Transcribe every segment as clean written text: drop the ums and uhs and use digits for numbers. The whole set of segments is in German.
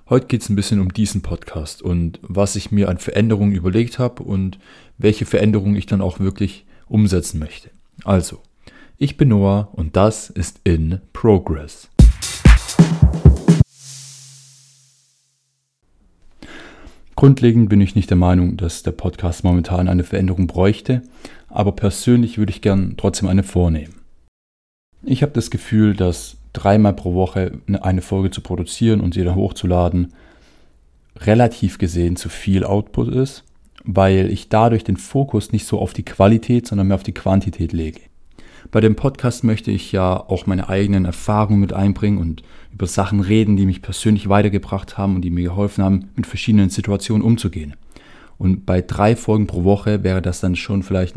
Heute geht es ein bisschen um diesen Podcast und was ich mir an Veränderungen überlegt habe und welche Veränderungen ich dann auch wirklich umsetzen möchte. Also, ich bin Noah und das ist In Progress. Grundlegend bin ich nicht der Meinung, dass der Podcast momentan eine Veränderung bräuchte, aber persönlich würde ich gern trotzdem eine vornehmen. Ich habe das Gefühl, dass 3-mal pro Woche eine Folge zu produzieren und sie dann hochzuladen relativ gesehen zu viel Output ist, weil ich dadurch den Fokus nicht so auf die Qualität, sondern mehr auf die Quantität lege. Bei dem Podcast möchte ich ja auch meine eigenen Erfahrungen mit einbringen und über Sachen reden, die mich persönlich weitergebracht haben und die mir geholfen haben, mit verschiedenen Situationen umzugehen. Und bei 3 Folgen pro Woche wäre das dann schon vielleicht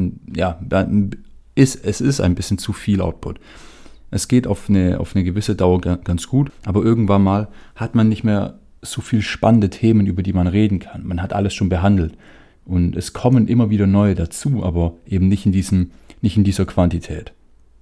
es ist ein bisschen zu viel Output. Es geht auf eine gewisse Dauer ganz gut, aber irgendwann mal hat man nicht mehr so viele spannende Themen, über die man reden kann. Man hat alles schon behandelt und es kommen immer wieder neue dazu, aber eben nicht in dieser Quantität.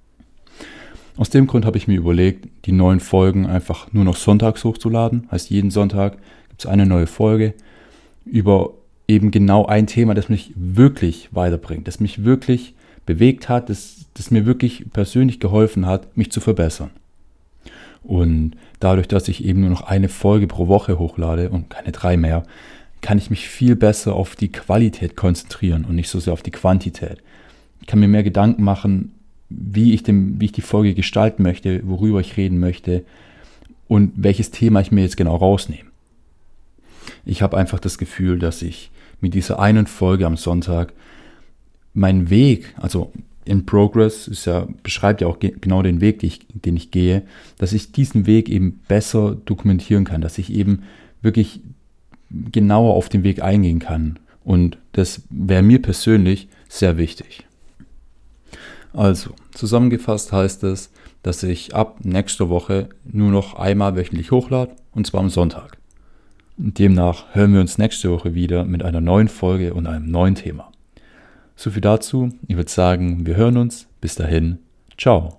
Aus dem Grund habe ich mir überlegt, die neuen Folgen einfach nur noch sonntags hochzuladen. Heißt, jeden Sonntag gibt es eine neue Folge über eben genau ein Thema, das mich wirklich weiterbringt, das mich wirklich bewegt hat, das mir wirklich persönlich geholfen hat, mich zu verbessern. Und dadurch, dass ich eben nur noch eine Folge pro Woche hochlade und keine 3 mehr, kann ich mich viel besser auf die Qualität konzentrieren und nicht so sehr auf die Quantität. Ich kann mir mehr Gedanken machen, wie ich die Folge gestalten möchte, worüber ich reden möchte und welches Thema ich mir jetzt genau rausnehme. Ich habe einfach das Gefühl, dass ich mit dieser einen Folge am Sonntag meinen Weg, also In Progress beschreibt ja auch genau den Weg, den ich gehe, dass ich diesen Weg eben besser dokumentieren kann, dass ich eben wirklich genauer auf den Weg eingehen kann. Und das wäre mir persönlich sehr wichtig. Also, zusammengefasst heißt es, dass ich ab nächster Woche nur noch einmal wöchentlich hochlade, und zwar am Sonntag. Demnach hören wir uns nächste Woche wieder mit einer neuen Folge und einem neuen Thema. So viel dazu. Ich würde sagen, wir hören uns. Bis dahin. Ciao.